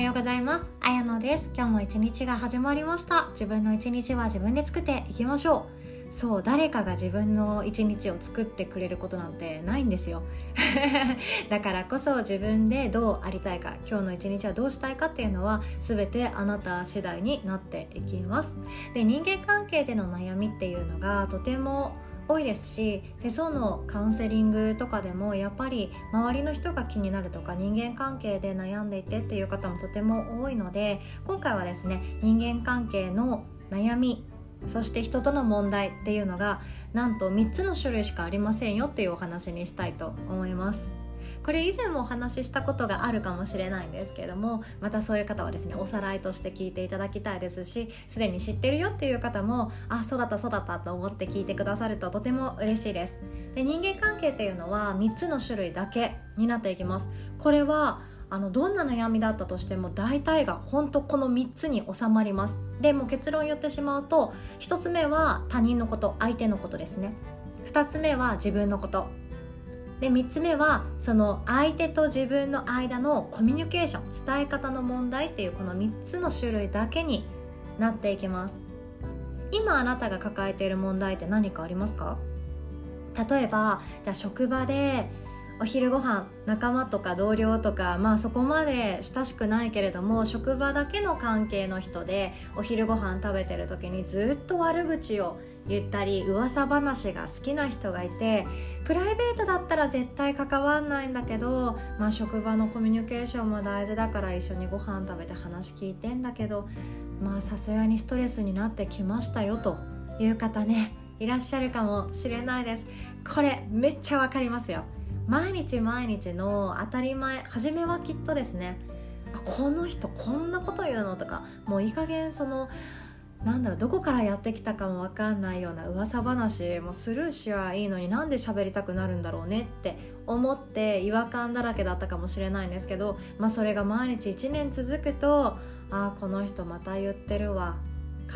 ようございます。あやのです。今日も一日が始まりました。自分の一日は自分で作っていきましょう。そう、誰かが自分の一日を作ってくれることなんてないんですよだからこそ自分でどうありたいか、今日の一日はどうしたいかっていうのは全てあなた次第になっていきます。で、人間関係での悩みっていうのがとても多いですし、手相のカウンセリングとかでもやっぱり周りの人が気になるとか、人間関係で悩んでいてっていう方もとても多いので、今回はですね、人間関係の悩み、そして人との問題っていうのがなんと3つの種類しかありませんよっていうお話にしたいと思います。これ以前もお話ししたことがあるかもしれないんですけれども、またそういう方はですね、おさらいとして聞いていただきたいですし、すでに知ってるよっていう方も、あ、そうだったそうだったと思って聞いてくださるととても嬉しいです。で、人間関係っていうのは3つの種類だけになっていきます。これはどんな悩みだったとしても大体が本当この3つに収まります。でも結論言ってしまうと、1つ目は他人のこと、相手のことですね。2つ目は自分のことで、3つ目はその相手と自分の間のコミュニケーション、伝え方の問題っていうこの3つの種類だけになっていきます。今あなたが抱えている問題って何かありますか？例えばじゃあ職場でお昼ご飯、仲間とか同僚とか、そこまで親しくないけれども職場だけの関係の人でお昼ご飯食べてる時にずっと悪口を言ったり噂話が好きな人がいて、プライベートだったら絶対関わんないんだけど、職場のコミュニケーションも大事だから一緒にご飯食べて話聞いてんだけど、さすがにストレスになってきましたよという方ね、いらっしゃるかもしれないです。これめっちゃわかりますよ。毎日毎日の当たり前、初めはきっとですね、この人こんなこと言うのとか、もういい加減どこからやってきたかも分かんないような噂話もスルーしはいいのに、なんで喋りたくなるんだろうねって思って違和感だらけだったかもしれないんですけど、それが毎日1年続くと、この人また言ってるわから、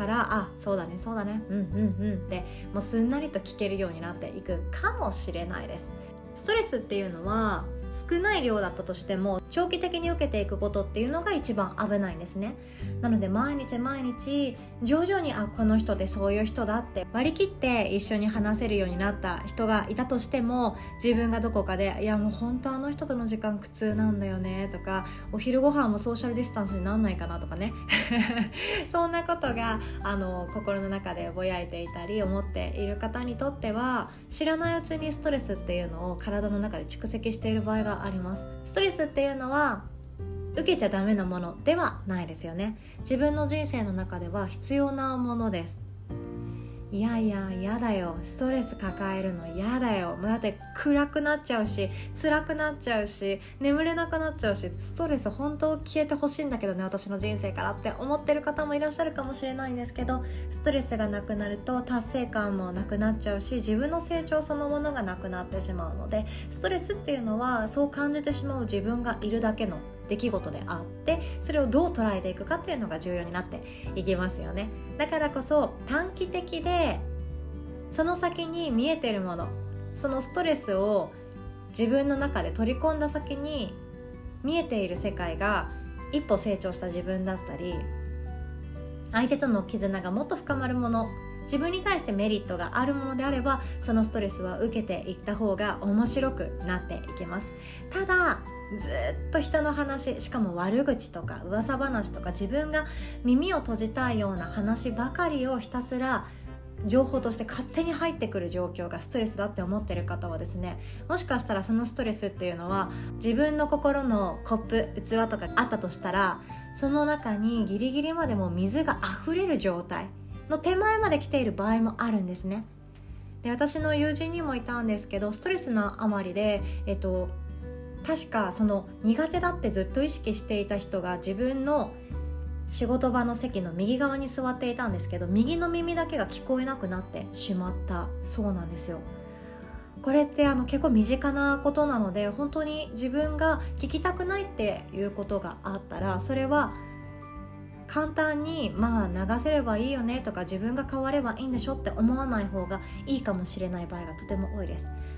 そうだねそうだね、ってもうすんなりと聞けるようになっていくかもしれないです。ストレスっていうのは少ない量だったとしても長期的に受けていくことっていうのが一番危ないんですね。なので毎日毎日徐々にこの人ってそういう人だって割り切って一緒に話せるようになった人がいたとしても、自分がどこかでもう本当あの人との時間苦痛なんだよねとか、お昼ご飯もソーシャルディスタンスになんないかなとかねそんなことが心の中でぼやいていたり思っている方にとっては、知らないうちにストレスっていうのを体の中で蓄積している場合があります。ストレスっていうのは受けちゃダメなものではないですよね。自分の人生の中では必要なものです。やだよ、ストレス抱えるのやだよ、だって暗くなっちゃうし辛くなっちゃうし眠れなくなっちゃうし、ストレス本当消えてほしいんだけどね、私の人生からって思ってる方もいらっしゃるかもしれないんですけど、ストレスがなくなると達成感もなくなっちゃうし、自分の成長そのものがなくなってしまうので、ストレスっていうのはそう感じてしまう自分がいるだけの出来事であって、それをどう捉えていくかっていうのが重要になっていきますよね。だからこそ短期的でその先に見えてるもの、そのストレスを自分の中で取り込んだ先に見えている世界が一歩成長した自分だったり、相手との絆がもっと深まるもの、自分に対してメリットがあるものであれば、そのストレスは受けていった方が面白くなっていきます。ただずっと人の話、しかも悪口とか噂話とか自分が耳を閉じたいような話ばかりをひたすら情報として勝手に入ってくる状況がストレスだって思ってる方はですね、もしかしたらそのストレスっていうのは自分の心のコップ、器とかあったとしたら、その中にギリギリまでも水が溢れる状態の手前まで来ている場合もあるんですね。で、私の友人にもいたんですけど、ストレスのあまりで確かその苦手だってずっと意識していた人が自分の仕事場の席の右側に座っていたんですけど、右の耳だけが聞こえなくなってしまったそうなんですよ。これって結構身近なことなので、本当に自分が聞きたくないっていうことがあったら、それは簡単に流せればいいよねとか、自分が変わればいいんでしょって思わない方がいいかもしれない場合がとても多いです。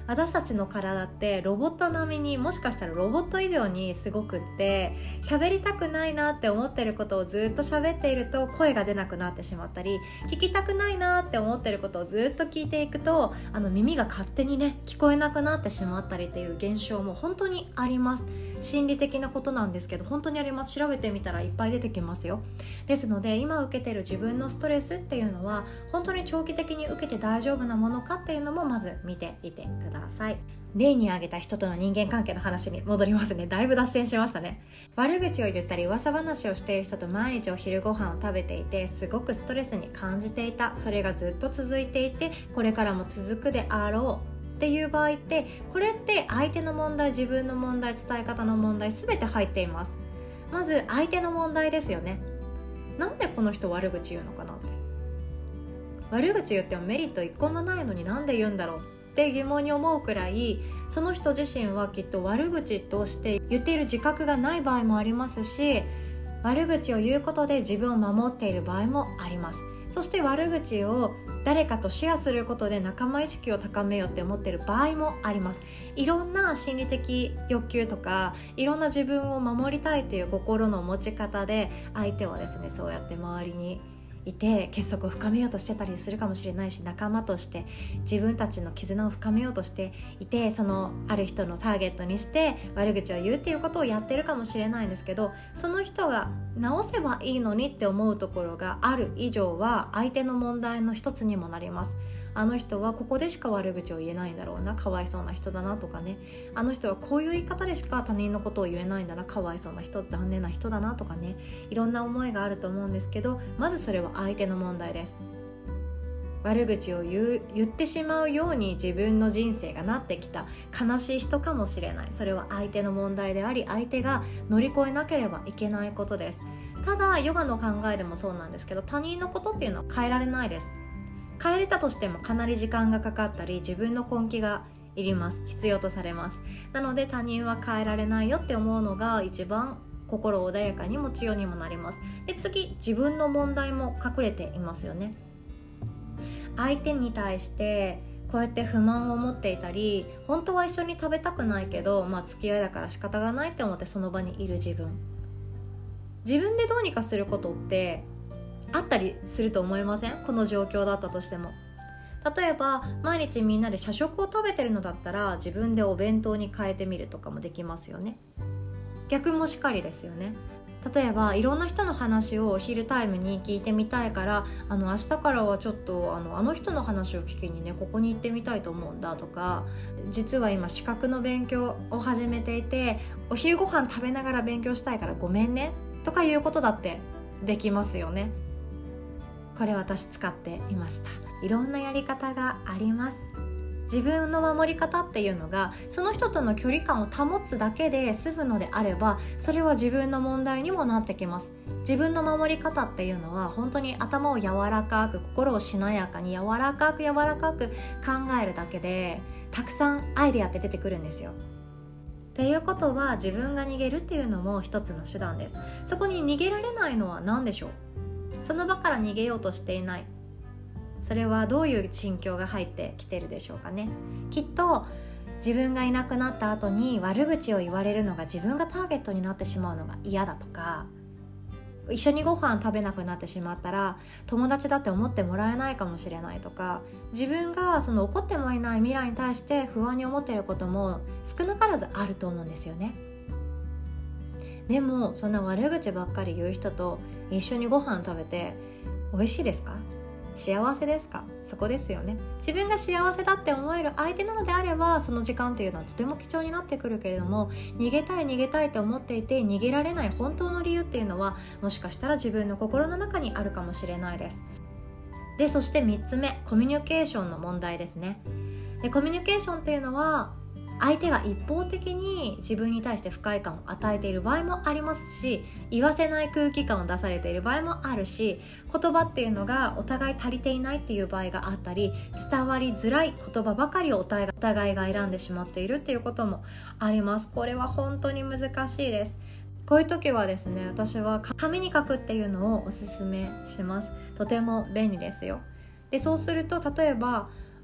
私たちの体ってロボット並みに、もしかしたらロボット以上にすごくって、喋りたくないなって思ってることをずっと喋っていると声が出なくなってしまったり、聞きたくないなって思ってることをずっと聞いていくと耳が勝手にね聞こえなくなってしまったりっていう現象も本当にあります。心理的なことなんですけど本当にあります。調べてみたらいっぱい出てきますよ。ですので今受けてる自分のストレスっていうのは本当に長期的に受けて大丈夫なものかっていうのもまず見ていてください。例に挙げた人との人間関係の話に戻りますね。だいぶ脱線しましたね。悪口を言ったり噂話をしている人と毎日お昼ご飯を食べていて、すごくストレスに感じていた、それがずっと続いていてこれからも続くであろうっていう場合って、これって相手の問題、自分の問題、伝え方の問題全て入っています。まず相手の問題ですよね。なんでこの人悪口言うのかなって、悪口言ってもメリット一個もないのになんで言うんだろうって疑問に思うくらい、その人自身はきっと悪口として言っている自覚がない場合もありますし、悪口を言うことで自分を守っている場合もあります。そして悪口を誰かとシェアすることで仲間意識を高めようって思っている場合もあります。いろんな心理的欲求とか、いろんな自分を守りたいという心の持ち方で相手はですね、そうやって周りにいて結束を深めようとしてたりするかもしれないし、仲間として自分たちの絆を深めようとしていて、そのある人のターゲットにして悪口を言うっていうことをやってるかもしれないんですけど、その人が直せばいいのにって思うところがある以上は相手の問題の一つにもなります。あの人はここでしか悪口を言えないんだろうな、かわいそうな人だなとかね、あの人はこういう言い方でしか他人のことを言えないんだな、かわいそうな人、残念な人だなとかね、いろんな思いがあると思うんですけど、まずそれは相手の問題です。悪口を言ってしまうように自分の人生がなってきた悲しい人かもしれない。それは相手の問題であり、相手が乗り越えなければいけないことです。ただヨガの考えでもそうなんですけど、他人のことっていうのは変えられないです。変えれたとしてもかなり時間がかかったり、自分の根気がいります。必要とされます。なので他人は変えられないよって思うのが一番心を穏やかに持ちようにもなります。で、次、自分の問題も隠れていますよね。相手に対してこうやって不満を持っていたり、本当は一緒に食べたくないけど、付き合いだから仕方がないって思ってその場にいる自分でどうにかすることってあったりすると思いません？この状況だったとしても。例えば毎日みんなで社食を食べてるのだったら自分でお弁当に変えてみるとかもできますよね。逆もしかりですよね。例えばいろんな人の話をお昼タイムに聞いてみたいから、明日からはちょっとあの人の話を聞きにねここに行ってみたいと思うんだとか、実は今資格の勉強を始めていてお昼ご飯食べながら勉強したいからごめんねとかいうことだってできますよね。これ私使っていました。いろんなやり方があります。自分の守り方っていうのがその人との距離感を保つだけで済むのであれば、それは自分の問題にもなってきます。自分の守り方っていうのは本当に頭を柔らかく、心をしなやかに柔らかく考えるだけでたくさんアイデアって出てくるんですよ。っていうことは自分が逃げるっていうのも一つの手段です。そこに逃げられないのは何でしょう？その場から逃げようとしていない、それはどういう心境が入ってきてるでしょうかね。きっと自分がいなくなった後に悪口を言われるのが自分がターゲットになってしまうのが嫌だとか、一緒にご飯食べなくなってしまったら友達だって思ってもらえないかもしれないとか、自分がその怒ってもいない未来に対して不安に思っていることも少なからずあると思うんですよね。でもそんな悪口ばっかり言う人と一緒にご飯食べて美味しいですか？幸せですか？そこですよね。自分が幸せだって思える相手なのであればその時間っていうのはとても貴重になってくるけれども、逃げたいって思っていて逃げられない本当の理由っていうのはもしかしたら自分の心の中にあるかもしれないです。で、そして3つ目、コミュニケーションの問題ですね。で、コミュニケーションっていうのは相手が一方的に自分に対して不快感を与えている場合もありますし、言わせない空気感を出されている場合もあるし、言葉っていうのがお互い足りていないっていう場合があったり、伝わりづらい言葉ばかりをお互いが選んでしまっているっていうこともあります。これは本当に難しいです。こういう時はですね、私は紙に書くっていうのをおすすめします。とても便利ですよ。で、そうすると例えば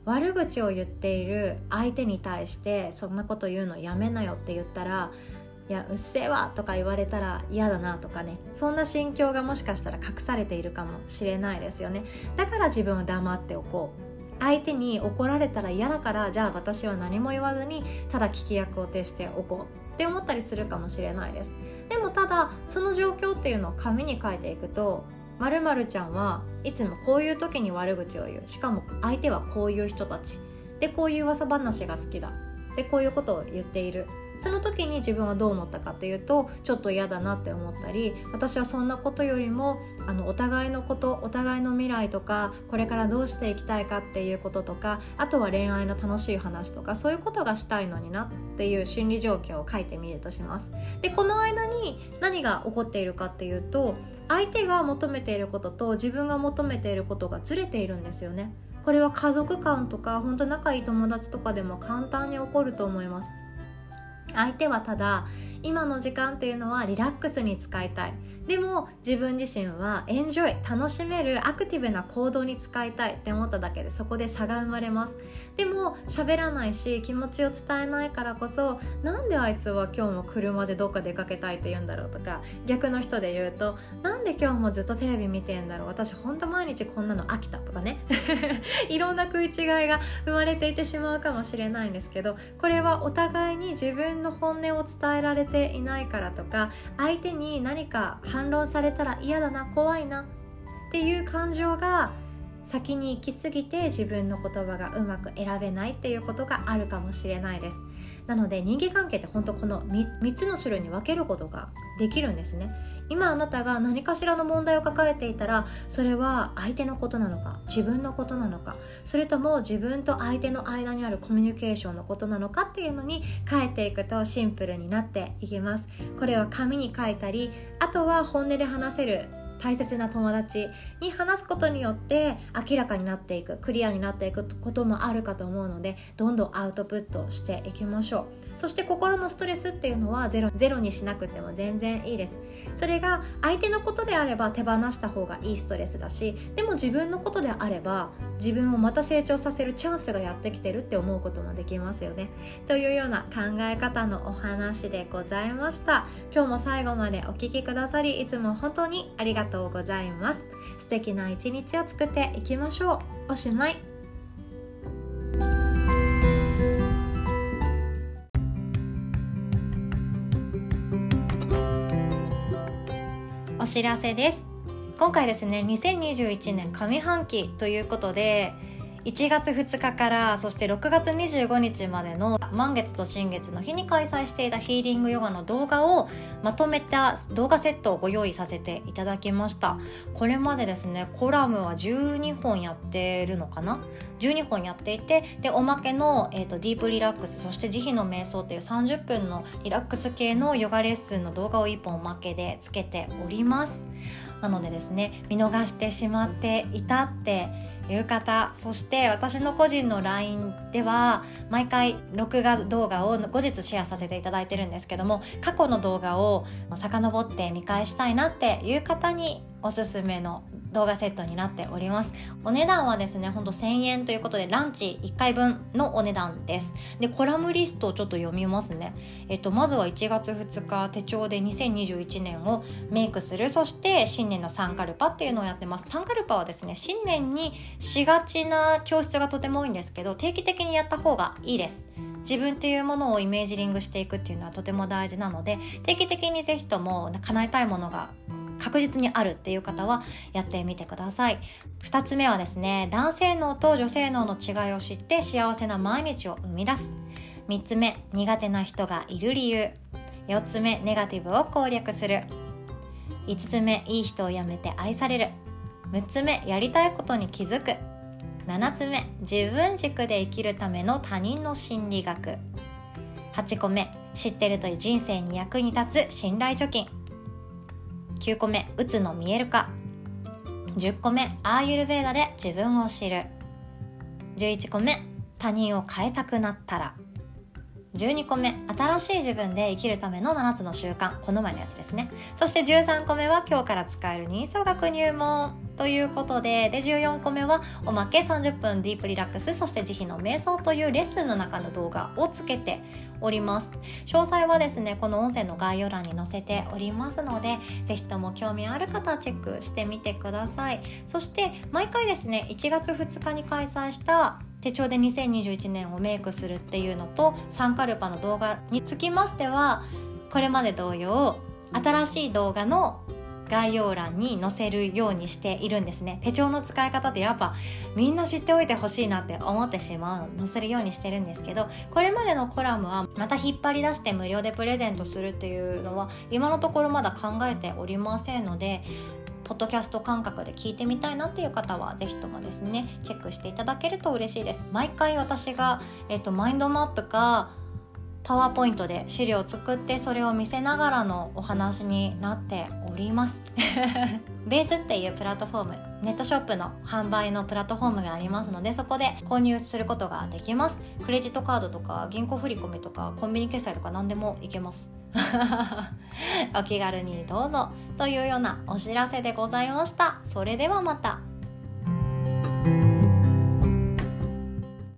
悪口を言っている相手に対してそんなこと言うのやめなよって言ったら、いやうっせえわとか言われたら嫌だなとかね、そんな心境がもしかしたら隠されているかもしれないですよね。だから自分は黙っておこう、相手に怒られたら嫌だから、じゃあ私は何も言わずにただ聞き役を呈しておこうって思ったりするかもしれないです。でもただその状況っていうのを紙に書いていくと、〇〇ちゃんはいつもこういう時に悪口を言う、しかも相手はこういう人たちで、こういう噂話が好きだで、こういうことを言っている。その時に自分はどう思ったかっていうと、ちょっと嫌だなって思ったり、私はそんなことよりもお互いのこと、お互いの未来とか、これからどうしていきたいかっていうこととか、あとは恋愛の楽しい話とか、そういうことがしたいのになっていう心理状況を書いてみるとします。でこの間に何が起こっているかっていうと、相手が求めていることと自分が求めていることがずれているんですよね。これは家族間とか本当仲いい友達とかでも簡単に起こると思います。相手はただ今の時間っていうのはリラックスに使いたい、でも自分自身はエンジョイ、楽しめるアクティブな行動に使いたいって思っただけで、そこで差が生まれます。でも喋らないし気持ちを伝えないからこそ、なんであいつは今日も車でどっか出かけたいって言うんだろうとか、逆の人で言うと、なんで今日もずっとテレビ見てんだろう、私ほんと毎日こんなの飽きたとかねいろんな食い違いが生まれていてしまうかもしれないんですけど、これはお互いに自分の本音を伝えられていないからとか、相手に何か反論されたら嫌だな、怖いなっていう感情が先に行き過ぎて、自分の言葉がうまく選べないっていうことがあるかもしれないです。なので人間関係って本当この 3つの種類に分けることができるんですね。今あなたが何かしらの問題を抱えていたら、それは相手のことなのか、自分のことなのか、それとも自分と相手の間にあるコミュニケーションのことなのかっていうのに変えていくとシンプルになっていきます。これは紙に書いたり、あとは本音で話せる大切な友達に話すことによって明らかになっていく、クリアになっていくこともあるかと思うので、どんどんアウトプットしていきましょう。そして心のストレスっていうのはゼロにしなくても全然いいです。それが相手のことであれば手放した方がいいストレスだし、でも自分のことであれば自分をまた成長させるチャンスがやってきてるって思うこともできますよね。というような考え方のお話でございました。今日も最後までお聞きくださり、いつも本当にありがとうございます。素敵な一日を作っていきましょう。おしまい。お知らせです。今回ですね、2021年上半期ということで、1月2日からそして6月25日までの満月と新月の日に開催していたヒーリングヨガの動画をまとめた動画セットをご用意させていただきました。これまでですね、コラムは12本やってるのかな、12本やっていて、でおまけの、ディープリラックス、そして慈悲の瞑想っていう30分のリラックス系のヨガレッスンの動画を1本おまけでつけております。なのでですね、見逃してしまっていたっていう方、そして私の個人の LINE では毎回録画動画を後日シェアさせていただいてるんですけども、過去の動画を遡って見返したいなっていう方におすすめの動画セットになっております。お値段はですね、ほんと1000円ということでランチ1回分のお値段です。でコラムリストをちょっと読みますね。まずは1月2日手帳で2021年をメイクする、そして新年のサンカルパっていうのをやってます。サンカルパはですね、新年にしがちな教室がとても多いんですけど、定期的にやった方がいいです。自分っていうものをイメージリングしていくっていうのはとても大事なので、定期的にぜひとも叶えたいものが確実にあるっていう方はやってみてください。2つ目はですね、男性脳と女性脳の違いを知って幸せな毎日を生み出す。3つ目、苦手な人がいる理由。4つ目、ネガティブを攻略する。5つ目、いい人を辞めて愛される。6つ目、やりたいことに気づく。7つ目、自分軸で生きるための他人の心理学。8個目、知ってると人生に役に立つ信頼貯金。9個目、うつの見える化。10個目、アーユルヴェーダで自分を知る。11個目、他人を変えたくなったら。 12個目、新しい自分で生きるための7つの習慣、この前のやつですね。そして13個目は今日から使える人相学入門ということで、14個目はおまけ30分ディープリラックス、そして慈悲の瞑想というレッスンの中の動画をつけております。詳細はですね、この音声の概要欄に載せておりますので、ぜひとも興味ある方はチェックしてみてください。そして毎回ですね、1月2日に開催した手帳で2021年をメイクするっていうのとサンカルパの動画につきましては、これまで同様新しい動画の概要欄に載せるようにしているんですね。手帳の使い方ってやっぱみんな知っておいてほしいなって思ってしまうので載せるようにしてるんですけど、これまでのコラムはまた引っ張り出して無料でプレゼントするっていうのは今のところまだ考えておりませんので、ポッドキャスト感覚で聞いてみたいなっていう方はぜひともですねチェックしていただけると嬉しいです。毎回私が、マインドマップかパワーポイントで資料を作ってそれを見せながらのお話になっておりますベースっていうプラットフォーム、ネットショップの販売のプラットフォームがありますので、そこで購入することができます。クレジットカードとか銀行振込とかコンビニ決済とか何でもいけますお気軽にどうぞというようなお知らせでございました。それではまた。